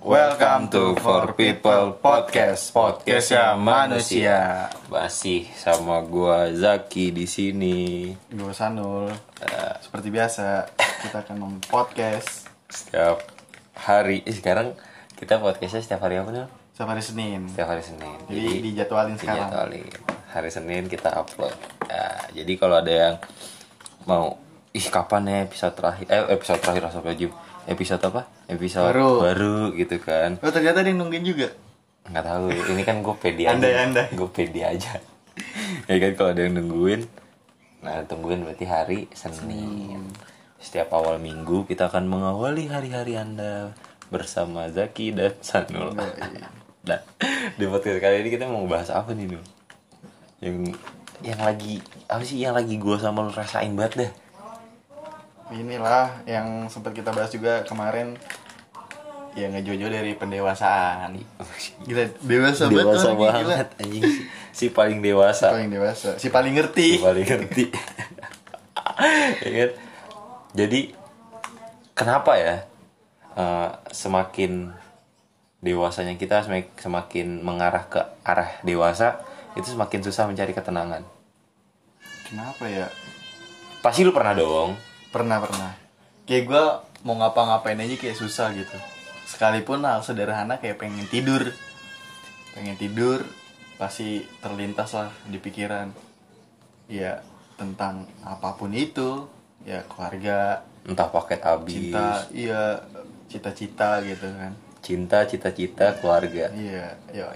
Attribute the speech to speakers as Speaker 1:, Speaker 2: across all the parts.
Speaker 1: Welcome to For People Podcast, podcastnya manusia.
Speaker 2: Masih sama gua Zaki di sini.
Speaker 1: Gue Sanul. Seperti biasa, kita akan podcast
Speaker 2: Setiap hari. Sekarang kita podcastnya setiap hari apa nih?
Speaker 1: setiap hari Senin.
Speaker 2: Setiap hari Senin.
Speaker 1: Jadi dijadwalin sekarang.
Speaker 2: Dijadwalin. Hari Senin kita upload. Jadi kalau ada yang mau, kapan ya episode terakhir? Episode terakhir Astagfirullahaladzim. Episode apa? Episode baru gitu kan.
Speaker 1: Oh, ternyata ada yang nungguin juga.
Speaker 2: Nggak tahu, ini kan gue pede aja.
Speaker 1: Andai.
Speaker 2: Gue pede aja. Ya kan, kalau ada yang nungguin, nah tungguin berarti hari Senin. Setiap awal minggu kita akan mengawali hari-hari Anda bersama Zaki dan Sanul. Nah, di podcast kali ini kita mau bahas apa nih, Nul? Yang lagi apa sih yang lagi gue sama lu rasain banget deh.
Speaker 1: Inilah yang sempat kita bahas juga kemarin. Ya nggak jauh-jauh dari pendewasaan. Gila, dewasa
Speaker 2: banget anjing. Si paling dewasa.
Speaker 1: Si paling ngerti.
Speaker 2: Ya kan? Jadi kenapa ya semakin dewasanya kita, semakin mengarah ke arah dewasa, itu semakin susah mencari ketenangan.
Speaker 1: Kenapa ya?
Speaker 2: Pasti lu pernah dong.
Speaker 1: Pernah. Kayak gue mau ngapa-ngapain aja kayak susah gitu. Sekalipun hal sederhana kayak pengen tidur, pasti terlintas lah di pikiran. Ya tentang apapun itu, ya keluarga,
Speaker 2: Entah paket habis,
Speaker 1: cinta, iya cita-cita gitu kan.
Speaker 2: Cinta, cita-cita, keluarga.
Speaker 1: Iya.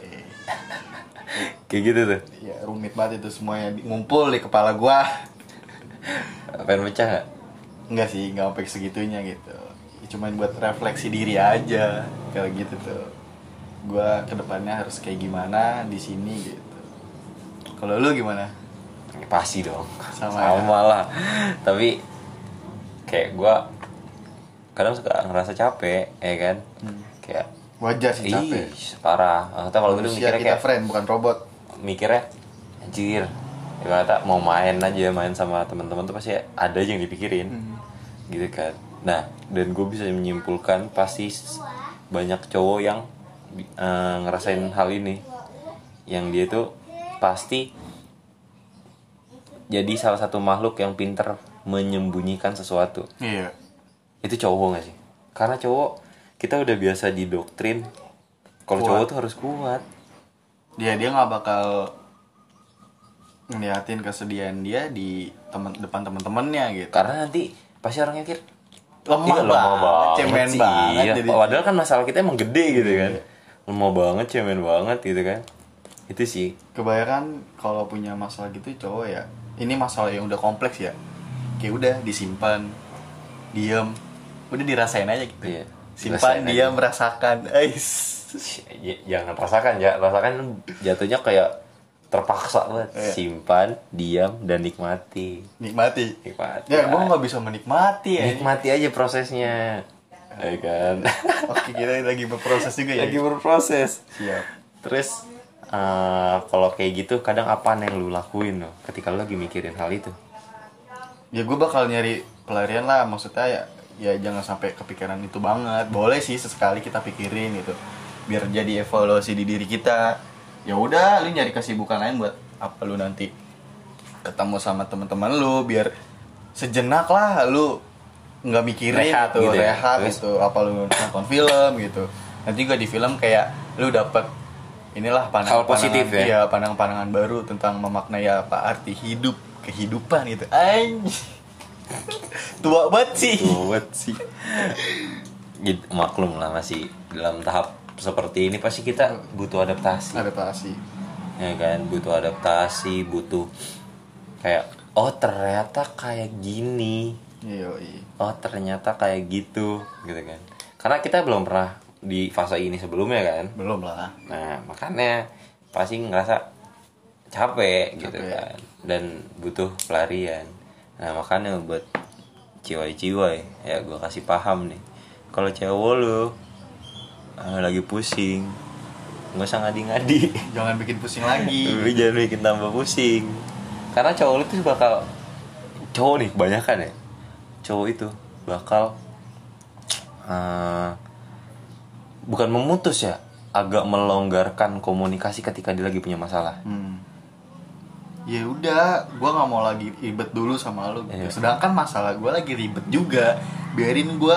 Speaker 2: Kayak gitu tuh.
Speaker 1: Ya rumit banget itu semuanya ngumpul di kepala gua.
Speaker 2: Pengen pecah gak?
Speaker 1: Enggak sih, enggak sampai segitunya gitu. Cuma buat refleksi diri aja kalau gitu tuh. Gua kedepannya harus kayak gimana di sini gitu. Kalau lu gimana?
Speaker 2: Pasti dong.
Speaker 1: Sama
Speaker 2: lah. Tapi kayak gua kadang suka ngerasa capek, ya kan? Kayak
Speaker 1: wajar sih capek.
Speaker 2: Parah. Maksudnya kalau gitu mikirnya
Speaker 1: kita
Speaker 2: kayak
Speaker 1: friend bukan robot.
Speaker 2: Mikirnya anjir. Ya kata mau main sama teman-teman tuh pasti ada aja yang dipikirin. Gitu kan. Nah, dan gue bisa menyimpulkan pasti banyak cowok yang ngerasain hal ini. Yang dia tuh pasti jadi salah satu makhluk yang pintar menyembunyikan sesuatu.
Speaker 1: Iya.
Speaker 2: Itu cowok gak sih? Karena cowok kita udah biasa didoktrin kalau cowok tuh harus kuat.
Speaker 1: Dia nggak bakal ngeliatin kesedihan dia di depan teman-temannya gitu.
Speaker 2: Karena nanti pasti orang mikir
Speaker 1: lemah banget, cemen
Speaker 2: sih.
Speaker 1: banget.
Speaker 2: Iya. Padahal kan masalah kita emang gede gitu kan. Lemah banget, cemen banget gitu kan. Itu sih.
Speaker 1: Kebanyakan kalau punya masalah gitu cowok ya, ini masalah yang udah kompleks ya, kayak udah disimpan, diam, udah dirasain aja gitu.
Speaker 2: Iya.
Speaker 1: Simpan, diam, merasakan.
Speaker 2: Jangan rasakan ya. Rasakan jatuhnya kayak terpaksa banget. Simpan, diam, dan nikmati. Ya gue nggak bisa menikmati ya. Nikmati aja prosesnya, ya kan.
Speaker 1: Oke, kita lagi berproses juga ya.
Speaker 2: Lagi berproses.
Speaker 1: Siap.
Speaker 2: Terus kalau kayak gitu kadang apa yang lu lakuin loh ketika lu lagi mikirin hal itu?
Speaker 1: Ya gue bakal nyari pelarian lah, maksudnya ya jangan sampai kepikiran itu banget. Boleh sih sesekali kita pikirin gitu, biar jadi evaluasi di diri kita. Ya udah, lu nyari kesibukan lain buat apa lu nanti ketemu sama teman-teman lu, biar sejenak lah lu nggak mikirin rehat gitu. Apa lu nonton film gitu, nanti juga di film kayak lu dapet inilah
Speaker 2: hal positif ya.
Speaker 1: Iya, pandangan baru tentang memaknai apa arti hidup, kehidupan gitu. Tua banget sih.
Speaker 2: Gitu, maklum lah, masih dalam tahap seperti ini pasti kita butuh adaptasi. Ya kan, butuh adaptasi, butuh kayak ternyata kayak gini. Oh ternyata kayak gitu kan. Karena kita belum pernah di fase ini sebelumnya kan.
Speaker 1: Belum lah.
Speaker 2: Nah makanya pasti ngerasa capek gitu kan, dan butuh pelarian. Nah makanya buat ciwai-ciwai ya gue kasih paham nih, kalau cewek lu lagi pusing, nggak usah ngadi-ngadi.
Speaker 1: Jangan bikin pusing lagi.
Speaker 2: Jangan bikin tambah pusing. Karena cowok itu bakal, cowok nih kebanyakan ya, cowok itu bakal bukan memutus ya, agak melonggarkan komunikasi ketika dia lagi punya masalah.
Speaker 1: Ya udah, gue nggak mau lagi ribet dulu sama lu.
Speaker 2: Iya.
Speaker 1: Sedangkan masalah gue lagi ribet juga. Biarin gue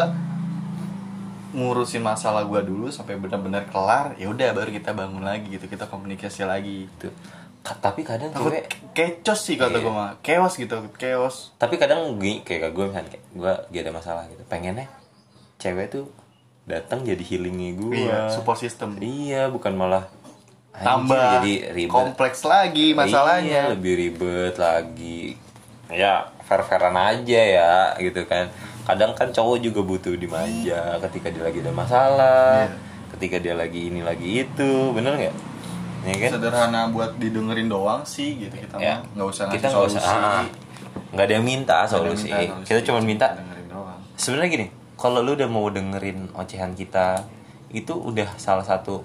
Speaker 1: ngurusin masalah gue dulu sampai benar-benar kelar. Ya udah, baru kita bangun lagi gitu, kita komunikasi lagi.
Speaker 2: Gitu. Tapi kadang
Speaker 1: Takut
Speaker 2: cewek
Speaker 1: kecos sih kata
Speaker 2: Iya.
Speaker 1: gue mah, chaos gitu, chaos.
Speaker 2: tapi kadang gini, kayak gue misalnya kayak gue gak ada masalah gitu, pengennya cewek tuh datang jadi healingnya gue.
Speaker 1: Iya, support system.
Speaker 2: Iya, bukan malah anjir,
Speaker 1: Tambah
Speaker 2: jadi ribet
Speaker 1: kompleks lagi masalahnya.
Speaker 2: Iya, lebih ribet lagi. Ya fair-fairan aja ya gitu kan. Kadang kan cowok juga butuh dimanja ketika dia lagi ada masalah.
Speaker 1: Iya.
Speaker 2: Ketika dia lagi ini lagi itu, bener nggak? Ya kan?
Speaker 1: Sederhana buat didengerin doang sih gitu, kita
Speaker 2: Ya.
Speaker 1: mah nggak usah
Speaker 2: Kita
Speaker 1: ngasih
Speaker 2: nggak
Speaker 1: solusi.
Speaker 2: usah, nggak ada yang minta solusi. Kita cuma minta.
Speaker 1: dengerin doang.
Speaker 2: Sebenarnya gini, kalau lu udah mau dengerin ocehan kita, itu udah salah satu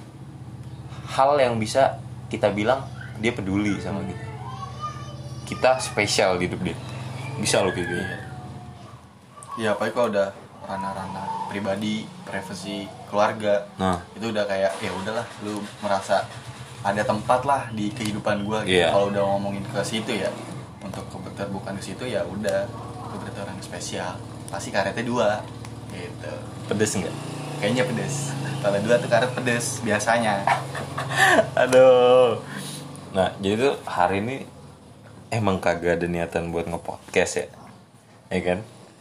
Speaker 2: hal yang bisa kita bilang dia peduli sama kita. Kita spesial di hidup dia. Bisa lo kayak gitu.
Speaker 1: Ya apalagi kalau udah ranah-ranah pribadi, privasi, keluarga,
Speaker 2: Nah,
Speaker 1: itu udah kayak ya udahlah, lu merasa ada tempat lah di kehidupan gua gitu.
Speaker 2: Iya.
Speaker 1: Kalau udah ngomongin ke situ ya, untuk keterbukaan ke situ ya udah, lu berarti orang yang spesial. Pasti karetnya 2 gitu.
Speaker 2: pedes nggak?
Speaker 1: Kayaknya pedes. Kalau 2 tuh karet pedes biasanya.
Speaker 2: Aduh. Nah, jadi tuh hari ini emang kagak ada niatan buat nge-podcast ya. Ya kan?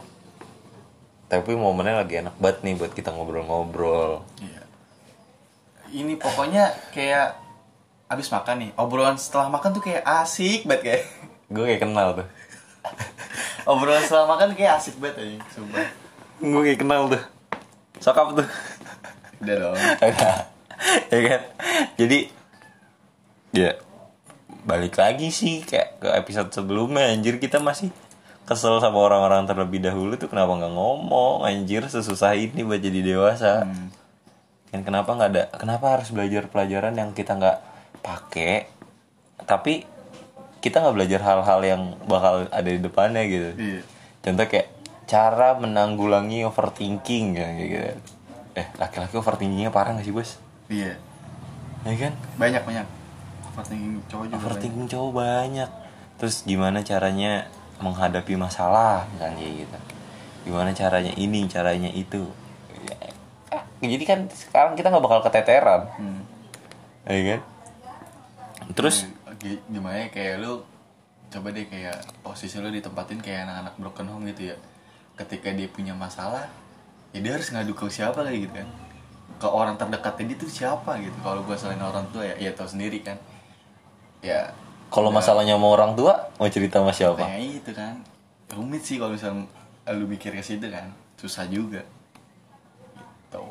Speaker 2: Tapi momennya lagi enak banget nih buat kita ngobrol-ngobrol.
Speaker 1: Iya. Ini pokoknya kayak abis makan nih, obrolan setelah makan tuh kayak asik banget kayak.
Speaker 2: Gue kayak kenal tuh.
Speaker 1: Obrolan setelah makan kayak asik banget aja, sumpah.
Speaker 2: Gue kayak kenal tuh. Sokap tuh.
Speaker 1: Udah dong.
Speaker 2: Ya kan? Jadi ya balik lagi sih kayak ke episode sebelumnya, anjir, kita masih kesel sama orang-orang terlebih dahulu tuh, kenapa nggak ngomong, anjir, sesusah ini buat jadi dewasa. Kan kenapa harus belajar pelajaran yang kita nggak pakai, tapi kita nggak belajar hal-hal yang bakal ada di depannya gitu.
Speaker 1: Iya.
Speaker 2: Contoh kayak cara menanggulangi overthinking kayak gitu. Laki-laki overthinkingnya parah nggak sih, bos?
Speaker 1: Iya.
Speaker 2: Ya kan?
Speaker 1: Banyak. Overthinking cowok juga.
Speaker 2: Overthinking cowok banyak. Terus gimana caranya menghadapi masalah misalnya kayak gitu. Gimana caranya ini, caranya itu. Jadi kan sekarang kita nggak bakal keteteran. Ya kan? Terus
Speaker 1: Gimana ya, kayak lu coba deh kayak posisi lu ditempatin kayak anak-anak broken home gitu ya. Ketika dia punya masalah, ya dia harus ngadu ke siapa kayak gitu kan. Ke orang terdekatnya dia tuh siapa gitu. Kalau gua selain orang tua ya tahu sendiri kan. Ya
Speaker 2: kalau masalahnya sama orang tua, mau cerita sama siapa?
Speaker 1: kayak itu kan. Rumit sih kalau misalnya lu mikir ke situ kan. Susah juga. Gitu.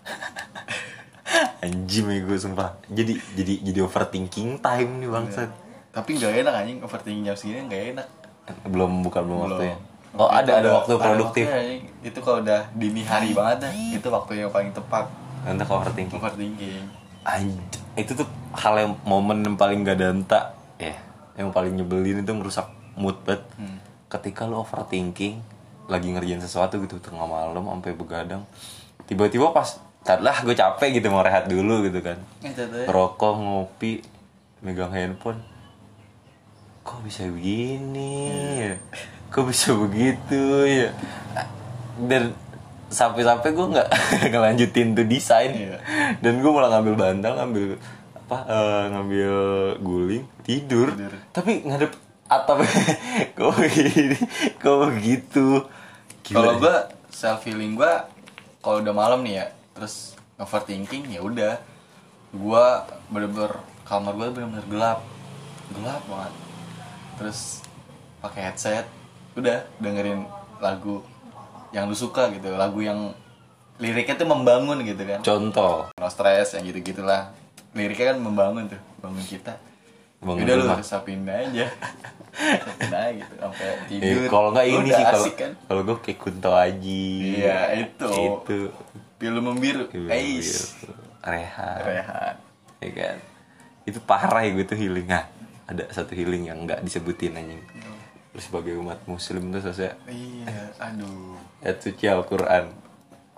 Speaker 2: Anjing gue sumpah. Jadi overthinking time nih bangsat.
Speaker 1: Tapi nggak enak anjing, overthinking jam segini nggak enak.
Speaker 2: Belum waktunya.
Speaker 1: Itu
Speaker 2: Ada waktu produktif.
Speaker 1: waktunya, anjing. Itu kalau udah dini hari banget dah, itu waktu yang paling tepat
Speaker 2: Untuk overthinking.
Speaker 1: overthinking.
Speaker 2: Itu tuh hal yang momen yang paling gak danta ya, yang paling nyebelin, itu merusak mood banget. Ketika lu overthinking lagi ngerjain sesuatu gitu tengah malam sampai begadang, tiba-tiba pas lah gue capek gitu mau rehat dulu gitu kan, rokok, ngopi, megang handphone, kok bisa begini ya? Kok bisa begitu ya? Dan sampai gue nggak ngelanjutin tuh desain.
Speaker 1: Iya.
Speaker 2: Dan gue malah ngambil bantal, ngambil guling, tidur. Tapi ngadep atap. Kok begini, kok begitu.
Speaker 1: Kalau gua self healing gua kalau udah malam nih ya, terus overthinking ya udah, gua bener-bener kamar gua bener-bener gelap banget. Terus pakai headset, udah dengerin lagu yang lu suka gitu, lagu yang liriknya tuh membangun gitu kan.
Speaker 2: Contoh,
Speaker 1: No stress yang gitu-gitulah. Liriknya kan membangun tuh, bangun kita.
Speaker 2: bangun
Speaker 1: Udah lu
Speaker 2: rumah.
Speaker 1: resapin aja. Resapin aja gitu sampai tidur.
Speaker 2: Kalau nggak ini
Speaker 1: Udah
Speaker 2: sih,
Speaker 1: asik kan.
Speaker 2: kalau gue kayak Kunto Aji.
Speaker 1: Iya, itu.
Speaker 2: Itu.
Speaker 1: Pilu membiru. Ais.
Speaker 2: Rehat. Ya kan? Itu parah ya gue tuh healing. Nah, ada satu healing yang nggak disebutin anjing. Terus sebagai umat muslim tuh saya
Speaker 1: Iya, aduh.
Speaker 2: ayat suci Al-Quran.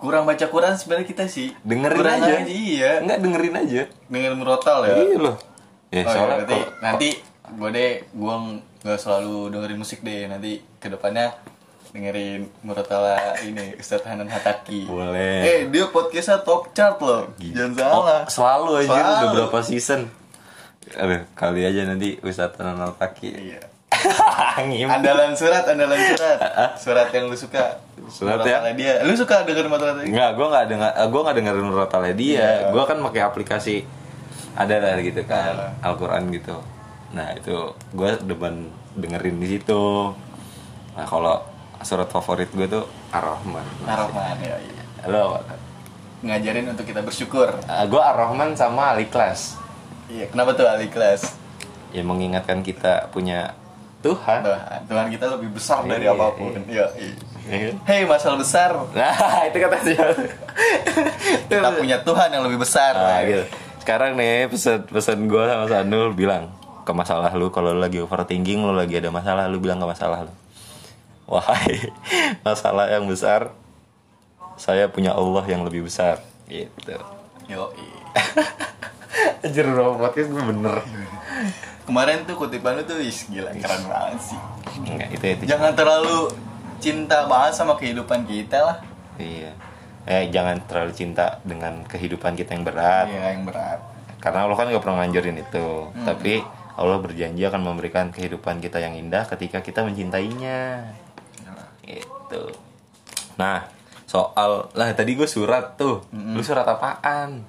Speaker 1: kurang baca Quran sebenarnya kita sih.
Speaker 2: Dengerin
Speaker 1: kurang
Speaker 2: aja.
Speaker 1: Iya.
Speaker 2: Enggak, dengerin aja.
Speaker 1: Dengerin murotal ya.
Speaker 2: Iya loh. Ya
Speaker 1: Oh,
Speaker 2: soalnya
Speaker 1: berarti
Speaker 2: kalau-
Speaker 1: nanti gue nggak selalu dengerin musik deh. Nanti kedepannya dengerin Murotala ini Ustadz Hanan Hataki.
Speaker 2: Boleh.
Speaker 1: Dia podcastnya top chart loh. Jangan salah.
Speaker 2: Selalu aja
Speaker 1: Selalu.
Speaker 2: udah berapa season. Aduh, kali aja nanti Ustadz Hanan Hataki.
Speaker 1: Iya.
Speaker 2: Ngim.
Speaker 1: Andalan surat. Surat yang lu suka.
Speaker 2: Surat ya?
Speaker 1: Murotala dia. Lu suka dengerin Murotala dia?
Speaker 2: Enggak, gue nggak dengerin Murotalnya dia.
Speaker 1: Iya.
Speaker 2: Gue kan pakai aplikasi ada lah gitu kan, Al-Quran gitu. Nah itu gue demen dengerin di situ. Nah kalau surat favorit gue tuh Ar-Rahman.
Speaker 1: Ar-Rahman ya. Iya.
Speaker 2: Lo apa?
Speaker 1: Ngajarin untuk kita bersyukur.
Speaker 2: Gue Ar-Rahman sama Al-Ikhlas.
Speaker 1: Iya. Kenapa tuh Al-Ikhlas?
Speaker 2: Ya mengingatkan kita punya Tuhan.
Speaker 1: Tuhan kita lebih besar dari
Speaker 2: Iya,
Speaker 1: apapun. Iya.
Speaker 2: Iya.
Speaker 1: Hei masalah besar.
Speaker 2: Nah itu kata dia.
Speaker 1: Kita punya Tuhan yang lebih besar.
Speaker 2: Nah, gitu. Sekarang nih pesan gue sama Sanul bilang ke masalah lu, kalau lu lagi overthinking, lu lagi ada masalah, lu bilang ke masalah lu. Wahai masalah yang besar, saya punya Allah yang lebih besar. Gitu.
Speaker 1: Yo.
Speaker 2: Anjir, bro, podcast gue bener.
Speaker 1: Kemarin tuh kutipan lu tuh gila keren banget sih.
Speaker 2: Enggak, itu.
Speaker 1: Jangan terlalu cinta banget sama kehidupan kita lah.
Speaker 2: Iya. Jangan terlalu cinta dengan kehidupan kita yang berat.
Speaker 1: Iya yang berat.
Speaker 2: Karena Allah kan gak pernah nganjurin itu. Tapi Allah berjanji akan memberikan kehidupan kita yang indah ketika kita mencintainya. Gitu. Nah, soal lah tadi gue surat tuh. Lu surat apaan?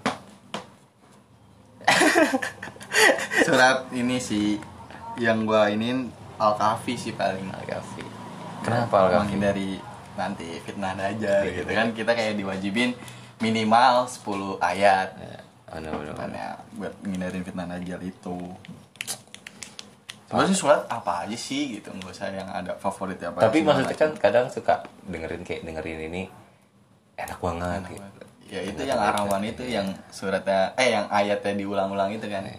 Speaker 1: Surat ini sih yang gua iniin Al-Kahfi sih paling.
Speaker 2: Al-Kahfi. Kenapa Al-Kahfi?
Speaker 1: Menghindari nanti fitnah aja gitu kan. Kita kayak diwajibin minimal 10 ayat.
Speaker 2: Bener.
Speaker 1: Makanya buat ngindarin fitnah Dajjal itu. Sebenarnya surat apa aja sih gitu, nggak usah yang ada favorit apa.
Speaker 2: Tapi
Speaker 1: sih,
Speaker 2: maksudnya
Speaker 1: macam.
Speaker 2: kan kadang suka dengerin ini enak banget gitu.
Speaker 1: Ya itu yang Ar-Rahman itu yang suratnya yang ayatnya diulang-ulang itu kan.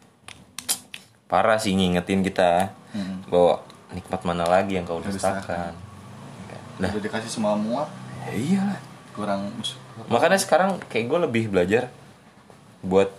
Speaker 2: Parah sih ngingetin kita bahwa nikmat mana lagi yang kau dustakan. Nah,
Speaker 1: Udah dikasih semua muat,
Speaker 2: ya iyalah.
Speaker 1: kurang.
Speaker 2: Makanya sekarang kayak gue lebih belajar buat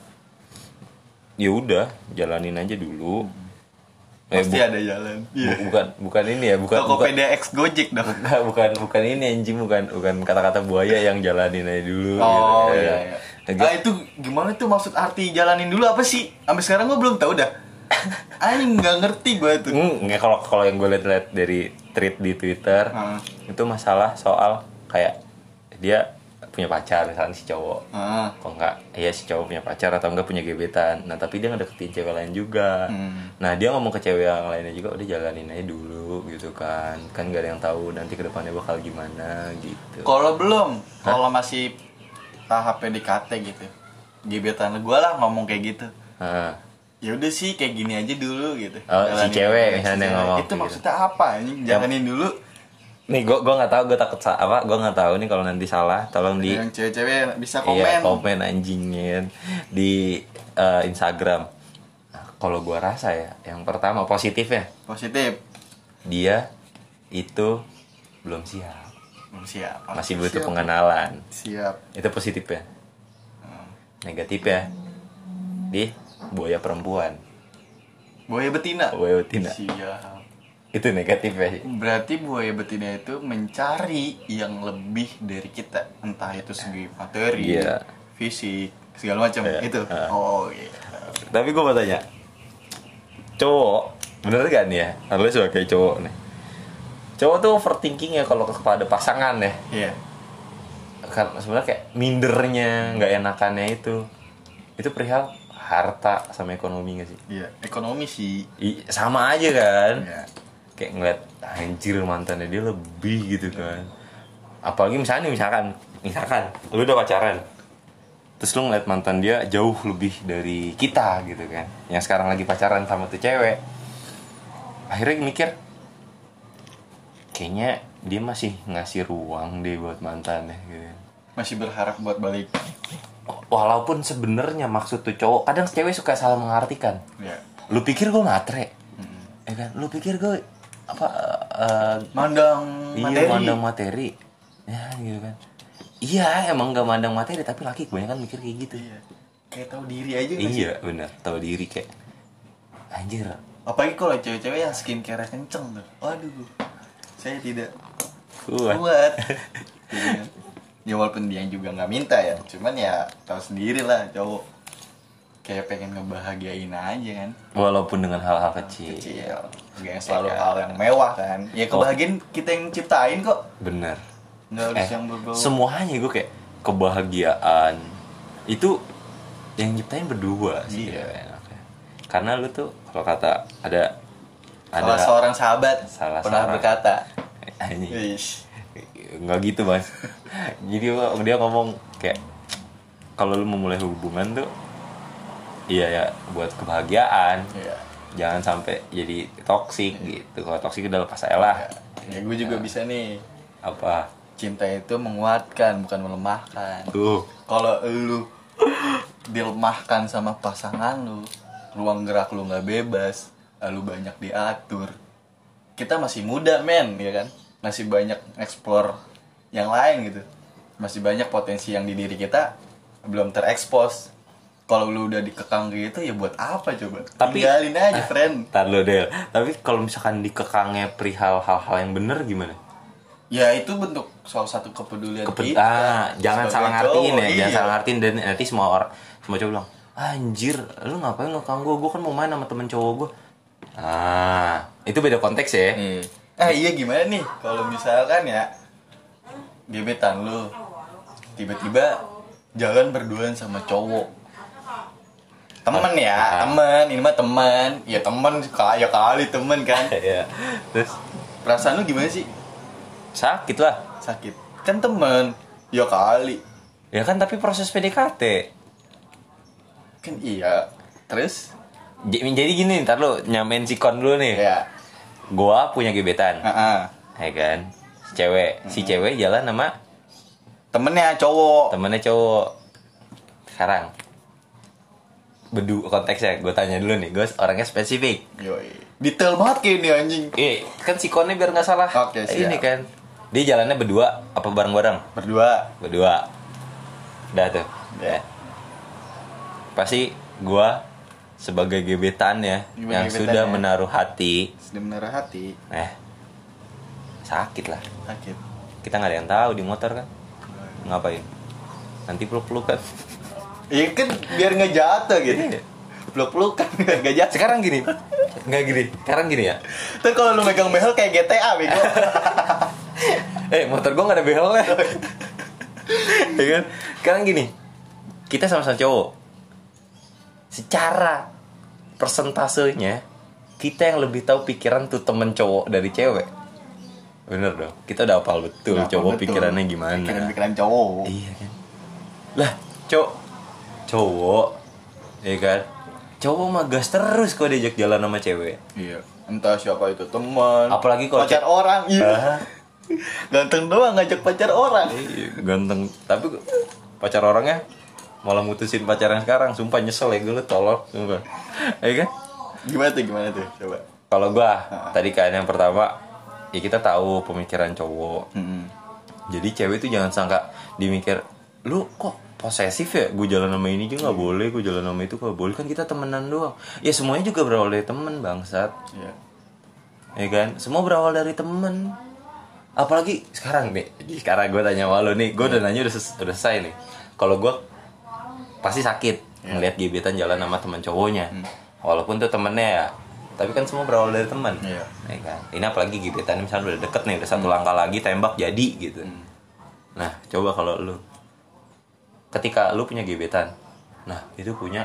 Speaker 2: ya udah jalanin aja dulu.
Speaker 1: Pasti ada jalan.
Speaker 2: Bukan ini ya, bukan
Speaker 1: Tokopedia X Gojek dong.
Speaker 2: bukan ini anjing, bukan kata-kata buaya yang jalanin aja dulu.
Speaker 1: Oh
Speaker 2: gitu.
Speaker 1: iya. Itu gimana tuh maksud arti jalanin dulu apa sih? Sampai sekarang gue belum tahu dah. Anjing nggak ngerti gue tuh.
Speaker 2: Nggak, kalau yang gue lihat dari tweet di Twitter itu masalah soal kayak dia punya pacar misalnya si cowok. Kok enggak, iya si cowok punya pacar atau enggak punya gebetan. Nah tapi dia ngedeketin cewek lain juga. Nah dia ngomong ke cewek yang lainnya juga udah jalanin aja dulu gitu kan. Kan gak ada yang tahu nanti kedepannya bakal gimana gitu.
Speaker 1: Kalau belum, kalau masih tahap PDKT gitu, gebetan gue lah ngomong kayak gitu. Ya udah sih kayak gini aja dulu gitu.
Speaker 2: Oh, si cewek
Speaker 1: aja,
Speaker 2: misalnya yang ngomong
Speaker 1: itu
Speaker 2: gitu.
Speaker 1: maksudnya apa? Ini jalanin dulu.
Speaker 2: Nih gue nggak tahu, gue takut gue nggak tahu nih kalau nanti salah, tolong di
Speaker 1: Yang cewek-cewek bisa komen.
Speaker 2: iya, komen anjingin di Instagram. Nah, kalau gue rasa ya, yang pertama positifnya
Speaker 1: Positif.
Speaker 2: dia itu belum siap,
Speaker 1: Belum siap.
Speaker 2: masih butuh
Speaker 1: Siap.
Speaker 2: pengenalan.
Speaker 1: Siap.
Speaker 2: Itu positifnya. Negatifnya di buaya perempuan,
Speaker 1: Buaya betina.
Speaker 2: buaya betina.
Speaker 1: Siap.
Speaker 2: Itu negatifnya sih.
Speaker 1: Berarti buaya betina itu mencari yang lebih dari kita, entah itu segi materi,
Speaker 2: Iya.
Speaker 1: fisik, segala macam
Speaker 2: Iya.
Speaker 1: itu. Oh iya.
Speaker 2: Tapi gue mau tanya, cowok bener gak nih ya? Harusnya sebagai cowok nih. Cowok tuh overthinking ya kalau kepada pasangan ya.
Speaker 1: Iya.
Speaker 2: Kan sebenarnya kayak mindernya, nggak enakannya itu perihal harta sama ekonomi gak sih?
Speaker 1: Iya. Ekonomi sih.
Speaker 2: Sama aja kan?
Speaker 1: Iya.
Speaker 2: Kayak ngeliat anjir mantannya dia lebih gitu kan. Apalagi misalkan lu udah pacaran, terus lu ngeliat mantan dia jauh lebih dari kita gitu kan, yang sekarang lagi pacaran sama tuh cewek, akhirnya mikir kayaknya dia masih ngasih ruang deh buat mantannya gitu.
Speaker 1: Masih berharap buat balik.
Speaker 2: Walaupun sebenarnya maksud tuh cowok, kadang cewek suka salah mengartikan.
Speaker 1: Iya.
Speaker 2: Lu pikir gue matre, ya kan? Lu pikir gue
Speaker 1: Mandang
Speaker 2: iya,
Speaker 1: materi.
Speaker 2: mandang materi, ya gitu kan. Iya, emang gak mandang materi, tapi laki kebanyakan mikir kayak gitu.
Speaker 1: Iya. Kayak tahu diri aja nggak sih?
Speaker 2: Iya, benar. Tahu diri kayak anjir.
Speaker 1: Apalagi kalau cewek-cewek yang skincare kenceng tuh. Waduh. Saya tidak
Speaker 2: Kuat.
Speaker 1: kuat. Gitu kan. Ya walaupun dia juga nggak minta ya, cuman ya tahu sendiri lah cowok kayak pengen ngebahagiain aja kan.
Speaker 2: Walaupun dengan hal-hal kecil.
Speaker 1: Gak yang selalu hal yang mewah kan. Ya kebahagiaan kita yang ciptain kok.
Speaker 2: Bener.
Speaker 1: Nggak harus yang berbau.
Speaker 2: Semuanya gue kayak kebahagiaan itu yang nyiptain berdua sih.
Speaker 1: Iya.
Speaker 2: Enaknya. Karena lu tuh kalau kata ada
Speaker 1: Salah seorang sahabat
Speaker 2: salah
Speaker 1: pernah
Speaker 2: seorang-
Speaker 1: berkata,
Speaker 2: Anjing.
Speaker 1: "Ish,
Speaker 2: Nggak gitu mas. Jadi dia ngomong kayak kalau lu memulai hubungan tuh iya ya buat kebahagiaan,
Speaker 1: iya.
Speaker 2: jangan sampai jadi toksik gitu. Kalau toksik udah lepas aja lah.
Speaker 1: Ya gue juga bisa nih.
Speaker 2: Apa
Speaker 1: Cinta itu menguatkan bukan melemahkan.
Speaker 2: tuh?
Speaker 1: Kalau lu dilemahkan sama pasangan lu, ruang gerak lu nggak bebas, lu banyak diatur. Kita masih muda men, ya kan? Masih banyak explore yang lain gitu. Masih banyak potensi yang di diri kita belum terekspos. Kalau lu udah dikekang gitu ya buat apa coba?
Speaker 2: Tapi-
Speaker 1: Tinggalin aja, friend.
Speaker 2: Tar lo Del. Tapi kalau misalkan dikekangnya perihal hal-hal yang bener gimana?
Speaker 1: Ya itu bentuk salah satu kepedulian kita.
Speaker 2: Jangan
Speaker 1: sebagai
Speaker 2: salah ngartiin
Speaker 1: cowok,
Speaker 2: ya,
Speaker 1: iya.
Speaker 2: jangan salah ngartiin dan nanti semua cowok bilang, anjir, lu ngapain ngekang gue kan mau main sama temen cowok gue. Itu beda konteks ya.
Speaker 1: Iya gimana nih kalau misalkan ya gebetan lu tiba-tiba jalan berduaan sama cowok. Temen ya, temen, ini mah temen. Ya temen, kaya kali temen kan.
Speaker 2: Iya. Terus
Speaker 1: Perasaan lu gimana sih?
Speaker 2: sakit lah.
Speaker 1: Sakit. Kan temen. Ya kali.
Speaker 2: Ya kan tapi proses PDKT.
Speaker 1: Kan iya. Terus?
Speaker 2: Jadi gini, ntar lu nyamain sikon dulu nih.
Speaker 1: Ya.
Speaker 2: Gua punya gebetan.
Speaker 1: Heeh.
Speaker 2: Ya kan? Si cewek jalan sama
Speaker 1: Temennya cowok.
Speaker 2: temennya cowok. Sekarang konteksnya gue tanya dulu nih, gue orangnya spesifik.
Speaker 1: Yoi. Detail banget kayak ini anjing.
Speaker 2: Kan sikonnya biar nggak salah.
Speaker 1: Oke, siap.
Speaker 2: Ini kan dia jalannya berdua apa bareng-bareng?
Speaker 1: Berdua.
Speaker 2: Berdua. Udah tuh.
Speaker 1: Ya.
Speaker 2: Pasti gue sebagai gebetan ya
Speaker 1: Sebagai
Speaker 2: yang
Speaker 1: gebetan
Speaker 2: sudah
Speaker 1: ya.
Speaker 2: menaruh hati,
Speaker 1: Sudah menaruh hati.
Speaker 2: sakit lah.
Speaker 1: Sakit.
Speaker 2: Kita nggak ada yang tahu di motor kan. Ngapain? Nanti peluk-pelukan.
Speaker 1: Iya kan biar nggak jatuh gitu.
Speaker 2: Iya.
Speaker 1: Peluk-pelukan nggak jatuh.
Speaker 2: Sekarang gini, nggak gini. Sekarang gini ya.
Speaker 1: Terus kalau lu megang behel kayak GTA bego.
Speaker 2: Motor gue nggak ada behelnya. Ya kan? Sekarang gini, kita sama-sama cowok. Secara persentasenya kita yang lebih tahu pikiran tuh temen cowok dari cewek. Bener dong. Kita udah hafal betul
Speaker 1: Nah,
Speaker 2: cowok
Speaker 1: betul.
Speaker 2: pikirannya gimana.
Speaker 1: Pikiran cowok.
Speaker 2: Iya kan. Lah, cowok, ya kan. Cowok mah gas terus kalau diajak jalan sama cewek.
Speaker 1: Iya. Entah siapa itu teman.
Speaker 2: Apalagi kalau
Speaker 1: pacar orang. Iya. Ganteng doang ngajak pacar orang.
Speaker 2: Iya, ganteng. Tapi pacar orangnya malah mutusin pacar yang sekarang. Sumpah nyesel ya gue lu tolol, sumpah. Ya kan?
Speaker 1: Gimana tuh? Coba.
Speaker 2: Kalau gua tadi kan yang pertama, ya kita tahu pemikiran cowok. Jadi cewek tuh jangan sangka dimikir, lu kok posesif ya? Gue jalan sama ini juga nggak boleh, gue jalan sama itu nggak boleh. Kan kita temenan doang. Ya semuanya juga berawal dari temen bangsat.
Speaker 1: Iya.
Speaker 2: Ya kan? Semua berawal dari temen. Apalagi sekarang nih. Sekarang gue tanya sama lo nih. Gue udah nanya udah selesai nih. Kalau gue pasti sakit ngeliat gebetan jalan sama teman cowoknya. Walaupun tuh temennya ya. Tapi kan semua berawal dari teman.
Speaker 1: Iya.
Speaker 2: Ya kan? Ini apalagi gebetan misalnya udah deket nih, udah satu langkah lagi tembak jadi gitu. Nah, coba kalau lu ketika lu punya gebetan, nah itu punya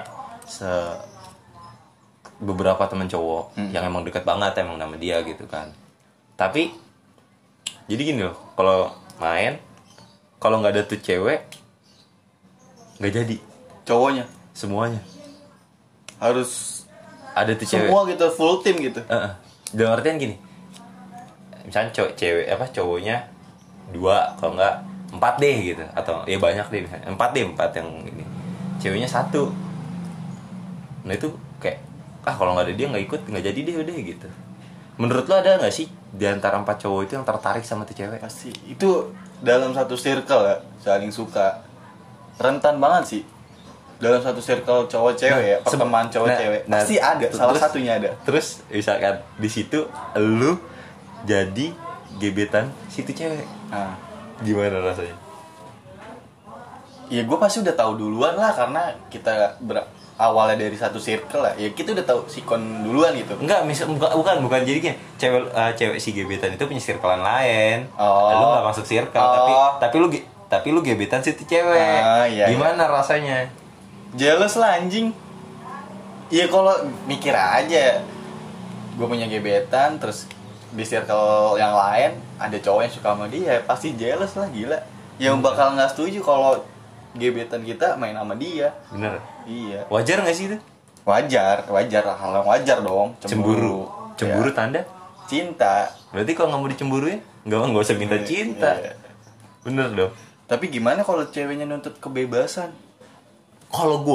Speaker 2: beberapa teman cowok yang emang deket banget emang nama dia gitu kan. Tapi jadi gini loh, kalau main kalau nggak ada tuh cewek nggak jadi
Speaker 1: Cowoknya
Speaker 2: semuanya
Speaker 1: harus
Speaker 2: ada tuh cewek.
Speaker 1: semua gitu full team gitu.
Speaker 2: Dalam artian gini, misalnya cowoknya 2 kalau nggak 4 deh gitu, atau ya banyak deh misalnya 4 yang ini, ceweknya 1. Nah itu kayak kalau nggak ada dia nggak ikut, nggak jadi deh udah gitu. Menurut lo ada nggak sih di antara 4 cowok itu yang tertarik sama tuh cewek?
Speaker 1: Pasti itu dalam satu circle ya saling suka, rentan banget sih dalam satu circle cowok cewek ya, pertemanan cowok cewek pasti ada salah satunya ada.
Speaker 2: Terus misalkan di situ lu jadi gebetan situ cewek,
Speaker 1: Nah,
Speaker 2: gimana rasanya?
Speaker 1: ya gue pasti udah tahu duluan lah karena kita awalnya dari satu circle lah, ya kita udah tahu sikon duluan gitu.
Speaker 2: Enggak, bukan jadinya cewek si gebetan itu punya circlean lain.
Speaker 1: Oh.
Speaker 2: Lu nggak masuk circle, tapi lu gebetan situ cewek.
Speaker 1: Iya,
Speaker 2: gimana rasanya?
Speaker 1: Jealous lah anjing. Iya kalau mikir aja, gue punya gebetan terus di circle yang lain ada cowok yang suka sama dia, pasti jealous lah, gila. Yang bakal nggak setuju kalau gebetan kita main sama dia.
Speaker 2: Bener.
Speaker 1: Iya.
Speaker 2: Wajar nggak sih itu?
Speaker 1: Wajar lah, hal yang wajar dong.
Speaker 2: Cemburu
Speaker 1: Ya.
Speaker 2: tanda
Speaker 1: Cinta.
Speaker 2: berarti kalau nggak mau dicemburuin nggak usah minta cinta.
Speaker 1: Iya.
Speaker 2: Bener dong.
Speaker 1: Tapi gimana kalau ceweknya nuntut kebebasan?
Speaker 2: Kalau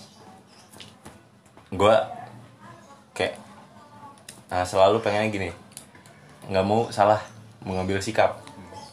Speaker 2: gue kayak selalu pengennya gini, nggak mau salah mengambil sikap.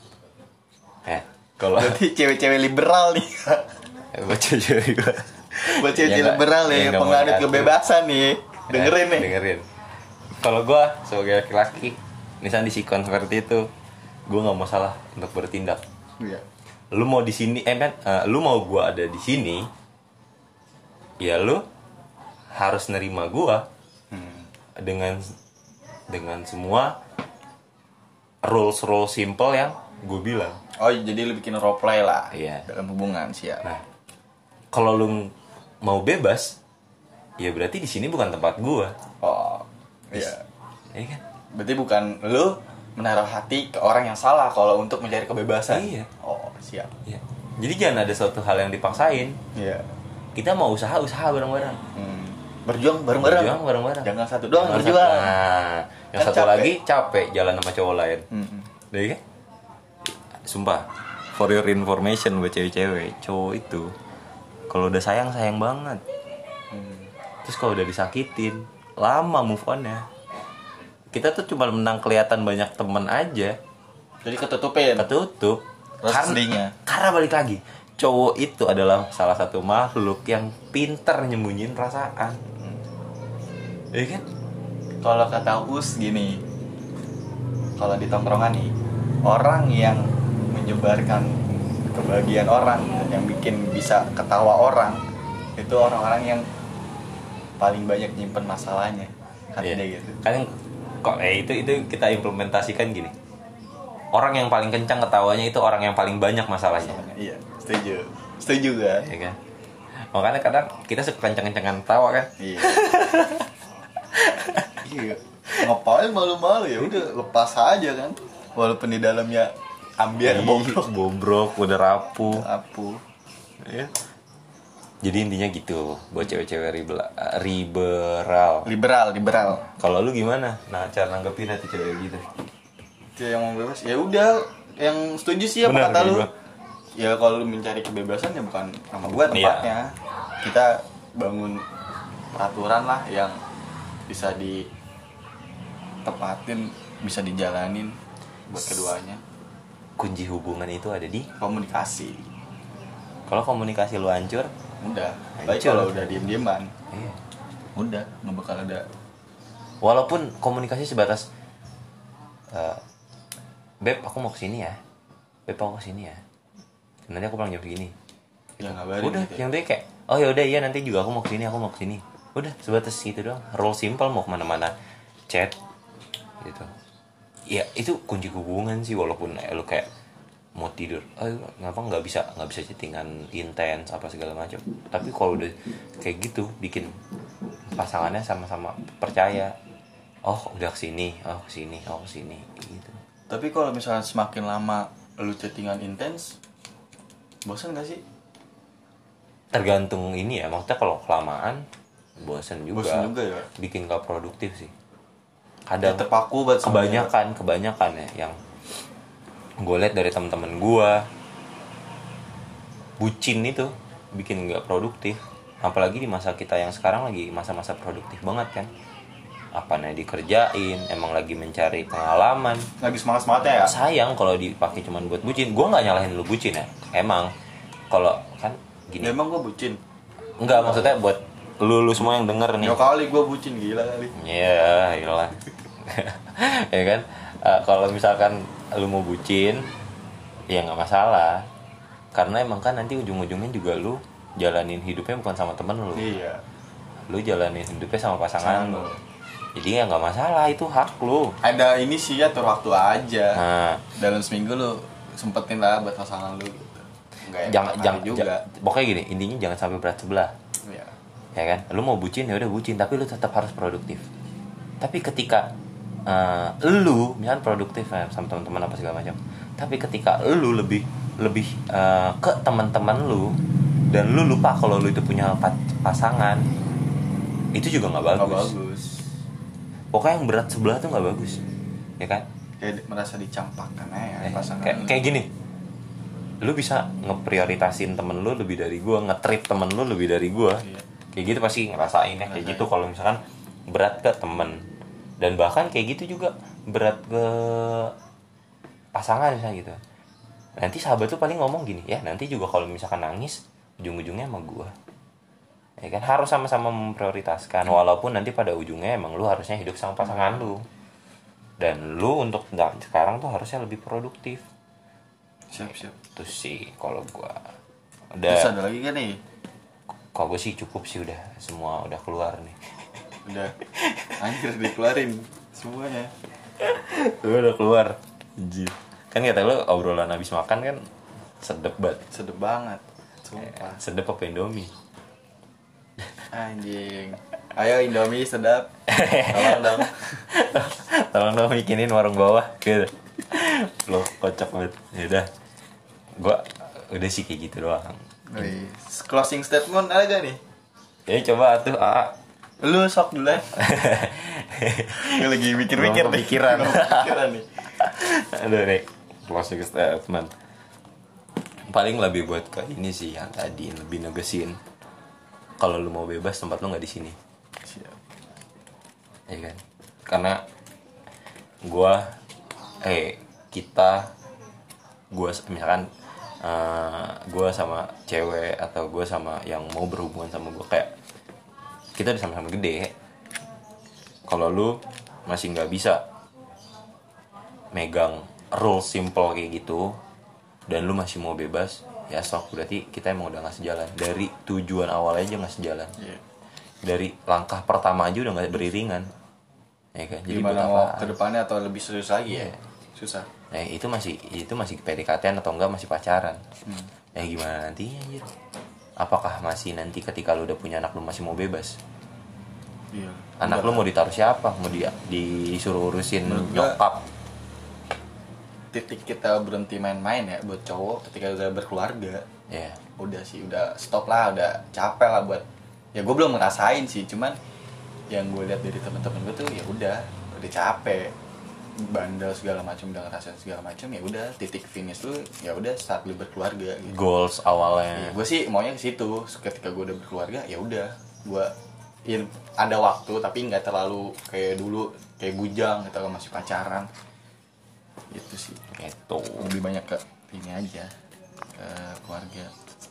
Speaker 2: Kalau
Speaker 1: Berarti cewek-cewek liberal nih.
Speaker 2: buat cewek gue,
Speaker 1: Buat cewek-cewek liberal nih,
Speaker 2: nggak mau
Speaker 1: penganut
Speaker 2: diatur.
Speaker 1: kebebasan nih. Dengerin nih.
Speaker 2: Dengerin. Kalau gue sebagai laki-laki, misalnya di sikon seperti itu, gue nggak mau salah untuk bertindak.
Speaker 1: Iya.
Speaker 2: Lu mau di sini, lu mau gue ada di sini, ya lu harus nerima gue dengan semua rules simple yang gue bilang.
Speaker 1: Oh, jadi lu bikin role play lah.
Speaker 2: Iya.
Speaker 1: Dalam hubungan, siap.
Speaker 2: Nah, kalau lu mau bebas, ya berarti di sini bukan tempat gue.
Speaker 1: Oh, iya.
Speaker 2: Iya kan?
Speaker 1: Berarti bukan lu menaruh hati ke orang yang salah kalau untuk mencari kebebasan.
Speaker 2: Iya.
Speaker 1: Oh, siap.
Speaker 2: Iya. Jadi jangan ada suatu hal yang dipaksain.
Speaker 1: Iya.
Speaker 2: Kita mau usaha bareng-bareng.
Speaker 1: Berjuang bareng-bareng.
Speaker 2: Berjuang bareng-bareng.
Speaker 1: Jangan satu doang
Speaker 2: Jangan
Speaker 1: berjuang.
Speaker 2: Nah, yang
Speaker 1: Kan
Speaker 2: satu
Speaker 1: capek.
Speaker 2: lagi capek jalan sama cowok lain. Udah kan? Sumpah, for your information buat cewek-cewek, cowok itu kalau udah sayang banget. Terus kalau udah disakitin, lama move on-nya. Kita tuh cuma menang kelihatan banyak temen aja,
Speaker 1: Jadi ketutupin.
Speaker 2: ketutup.
Speaker 1: Rasa sedihnya.
Speaker 2: Karena balik lagi, cowok itu adalah salah satu makhluk yang pinter nyembunyiin perasaan. Iya kan?
Speaker 1: Kalau kata Us gini, kalau di tongkrongan nih, orang yang menyebarkan kebahagiaan orang, yang bikin bisa ketawa orang, itu orang-orang yang paling banyak nyimpen masalahnya. Katanya
Speaker 2: Iya.
Speaker 1: gitu.
Speaker 2: Kan kok itu kita implementasikan gini. Orang yang paling kencang ketawanya itu orang yang paling banyak masalahnya.
Speaker 1: Iya, setuju kan?
Speaker 2: Ya kan? Makanya kadang kita suka kencang-kencangan tawa kan.
Speaker 1: Iya. Iya. Ngapain malu-malu, ya udah lepas aja kan. Walaupun di dalamnya ambiar
Speaker 2: Bobrok, udah rapuh.
Speaker 1: apu.
Speaker 2: Ya. Jadi intinya gitu buat cewek-cewek liberal.
Speaker 1: Liberal.
Speaker 2: Kalau lu gimana? Nah, cara nanggepin hati cewek gitu.
Speaker 1: Dia yang mau bebas, ya udah. Yang setuju sih apa
Speaker 2: Benar,
Speaker 1: kata lu?
Speaker 2: gua.
Speaker 1: Ya kalau lu mencari kebebasan ya bukan sama gua tempatnya. Kita bangun peraturan lah yang bisa ditepatin, bisa dijalanin buat keduanya.
Speaker 2: Kunci hubungan itu ada di
Speaker 1: Komunikasi.
Speaker 2: kalau komunikasi lu hancur,
Speaker 1: Udah. Baik
Speaker 2: Hancur.
Speaker 1: kalau udah diem-dieman.
Speaker 2: iya.
Speaker 1: Udah, nggak bakal ada.
Speaker 2: Walaupun komunikasi sebatas Beb, aku mau kesini ya. Beb, aku kesini ya. Nanti aku pulang jam segini.
Speaker 1: Ya ngabarin
Speaker 2: Udah,
Speaker 1: gitu.
Speaker 2: yang penting kayak, oh ya udah iya nanti juga aku mau kesini. Udah, sebatas itu doang. Rule simple, mau kemana-mana chat gitu. Ya itu kunci hubungan sih, walaupun lu kayak mau tidur, ngapa nggak bisa chattingan intens apa segala macam. Tapi kalau udah kayak gitu, bikin pasangannya sama-sama percaya. Oh udah kesini gitu.
Speaker 1: Tapi kalau misalnya semakin lama lu chattingan intens, bosan gak sih?
Speaker 2: Tergantung ini ya, maksudnya kalau kelamaan bosan juga
Speaker 1: ya.
Speaker 2: bikin gak produktif sih.
Speaker 1: Ya,
Speaker 2: Kadang
Speaker 1: terpaku banget sama dia.
Speaker 2: kebanyakan ya yang gue lihat dari teman-teman gue, bucin itu bikin nggak produktif. Apalagi di masa kita yang sekarang lagi masa-masa produktif banget kan. apanya dikerjain, emang lagi mencari pengalaman.
Speaker 1: Lagi semangat-semangatnya ya.
Speaker 2: Sayang kalau dipakai cuman buat bucin. Gue nggak nyalahin lu bucin ya, emang kalau kan gini.
Speaker 1: Ya, emang gue bucin.
Speaker 2: Enggak, maksudnya buat lu semua yang denger nih.
Speaker 1: Ya kali gue bucin, gila kali.
Speaker 2: Iya, iyalah. Ya kan, kalau misalkan lu mau bucin, ya nggak masalah. Karena emang kan nanti ujung-ujungnya juga lu jalanin hidupnya bukan sama temen lu.
Speaker 1: Iya.
Speaker 2: Lu jalanin hidupnya sama pasangan lu. Jadi ya nggak masalah, itu hak lu.
Speaker 1: Ada ini sih ya, atur waktu aja.
Speaker 2: Nah,
Speaker 1: Dalam seminggu lu sempetin lah buat pasangan lu gitu. Enggak
Speaker 2: jangan
Speaker 1: juga.
Speaker 2: Pokoknya gini, intinya jangan sampai berat sebelah.
Speaker 1: Iya.
Speaker 2: Ya kan, lu mau bucin ya udah bucin, tapi lu tetap harus produktif. Tapi ketika lu misalnya produktif sama teman-teman apa segala macam, tapi ketika lu lebih ke teman-teman lu dan lu lupa kalau lu itu punya pasangan, itu juga nggak bagus.
Speaker 1: Nggak bagus.
Speaker 2: Pokoknya yang berat sebelah tuh nggak bagus, ya kan?
Speaker 1: Kayak merasa dicampakkan ya pasangan.
Speaker 2: Kayak gini, lu bisa ngeprioritasin temen lu lebih dari gua, nge-treat temen lu lebih dari gua.
Speaker 1: Iya.
Speaker 2: Kayak gitu pasti ngerasain ya, kayak gitu kalau misalkan berat ke temen. Dan bahkan kayak gitu juga berat ke pasangan misalnya gitu. Nanti sahabat tuh paling ngomong gini, ya nanti juga kalau misalkan nangis ujung-ujungnya sama gua. Ya kan, harus sama-sama memprioritaskan, walaupun nanti pada ujungnya emang lu harusnya hidup sama pasangan lu. Dan lu untuk sekarang tuh harusnya lebih produktif.
Speaker 1: Siap.
Speaker 2: Itu sih kalau gua.
Speaker 1: Terus
Speaker 2: Udah.
Speaker 1: ada lagi kan nih?
Speaker 2: Kalau gue sih cukup sih, udah semua udah keluar nih.
Speaker 1: Udah. Anjir dikeluarin semuanya.
Speaker 2: Udah keluar. Anjir. Kan kata lu obrolan habis makan kan sedep banget.
Speaker 1: Sedep banget. Sumpah.
Speaker 2: Sedep apa Indomie?
Speaker 1: Anjing. Ayo Indomie sedap. Tolong dong.
Speaker 2: Tolong dong bikinin warung bawah gitu. Lo kocak banget. Ya udah. Gua udah sih kayak gitu doang.
Speaker 1: Closing statement ada gak nih?
Speaker 2: Ya coba atuh
Speaker 1: Lu sok dulu ya. Gue lagi mikir-mikir
Speaker 2: Belum
Speaker 1: deh.
Speaker 2: kepikiran.
Speaker 1: Belum kepikiran nih.
Speaker 2: Aduh nih, closing statement. Paling lebih buat ke ini sih yang tadi lebih negesin. Kalau lu mau bebas, tempat lu nggak di sini.
Speaker 1: Siap.
Speaker 2: Ya kan? Karena gua misalkan gua sama cewek atau gua sama yang mau berhubungan sama gua, kayak kita udah sama-sama gede. Kalau lu masih nggak bisa megang rule simple kayak gitu dan lu masih mau bebas, ya sok, berarti kita emang udah nggak sejalan. Dari tujuan awal aja nggak sejalan.
Speaker 1: Yeah.
Speaker 2: Dari langkah pertama aja udah nggak beriringan, ya kan? Jadi
Speaker 1: Gimana
Speaker 2: buat
Speaker 1: mau
Speaker 2: apa?
Speaker 1: ke depannya atau lebih serius lagi ya?
Speaker 2: Iya.
Speaker 1: Susah.
Speaker 2: Itu masih PDKT-an atau enggak masih pacaran. Ya gimana nantinya anjir? Apakah masih nanti ketika lu udah punya anak lu masih mau bebas?
Speaker 1: Iya.
Speaker 2: Anak lu mau ditaruh siapa? Mau disuruh urusin
Speaker 1: Menurut gua-
Speaker 2: nyokap?
Speaker 1: Titik kita berhenti main-main ya buat cowok ketika udah berkeluarga.
Speaker 2: Ya.
Speaker 1: Udah sih, udah stop lah, udah capek lah buat. Ya gue belum ngerasain sih, cuman yang gue lihat dari teman-teman gue tuh ya udah capek, bandel segala macam, udah ngerasain segala macam, ya udah titik finish lu ya udah saat lu berkeluarga gitu.
Speaker 2: Goals awalnya.
Speaker 1: Ya, gue sih maunya ke situ. Ketika gue udah berkeluarga ya udah gue ada waktu tapi nggak terlalu kayak dulu kayak bujang gitu kalau masih pacaran. Itu sih.
Speaker 2: Itu
Speaker 1: Lebih banyak ke ini aja, ke keluarga.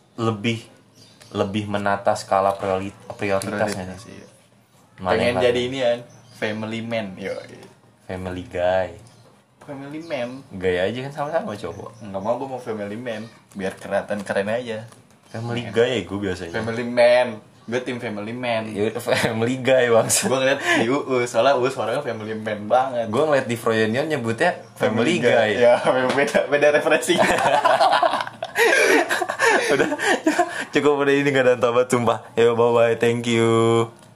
Speaker 2: lebih menata skala prioritasnya
Speaker 1: sih.
Speaker 2: Mana
Speaker 1: Pengen
Speaker 2: yang
Speaker 1: jadi ini kan, family man. Yo.
Speaker 2: family guy.
Speaker 1: Family man.
Speaker 2: Gaya aja kan sama-sama cowok.
Speaker 1: Enggak mau, gue mau family man biar kelihatan keren aja.
Speaker 2: Family guy gue biasanya.
Speaker 1: Family man. Gue tim family man.
Speaker 2: Ya udah, family guy bang.
Speaker 1: Gue ngeliat di UU, soalnya UU suaranya family man banget.
Speaker 2: Gue ngeliat di Froyonion nyebutnya family guy.
Speaker 1: Ya, beda referensi.
Speaker 2: Udah cukup udah, ini gak ada tambahan sumpah. Ya bye bye, thank you.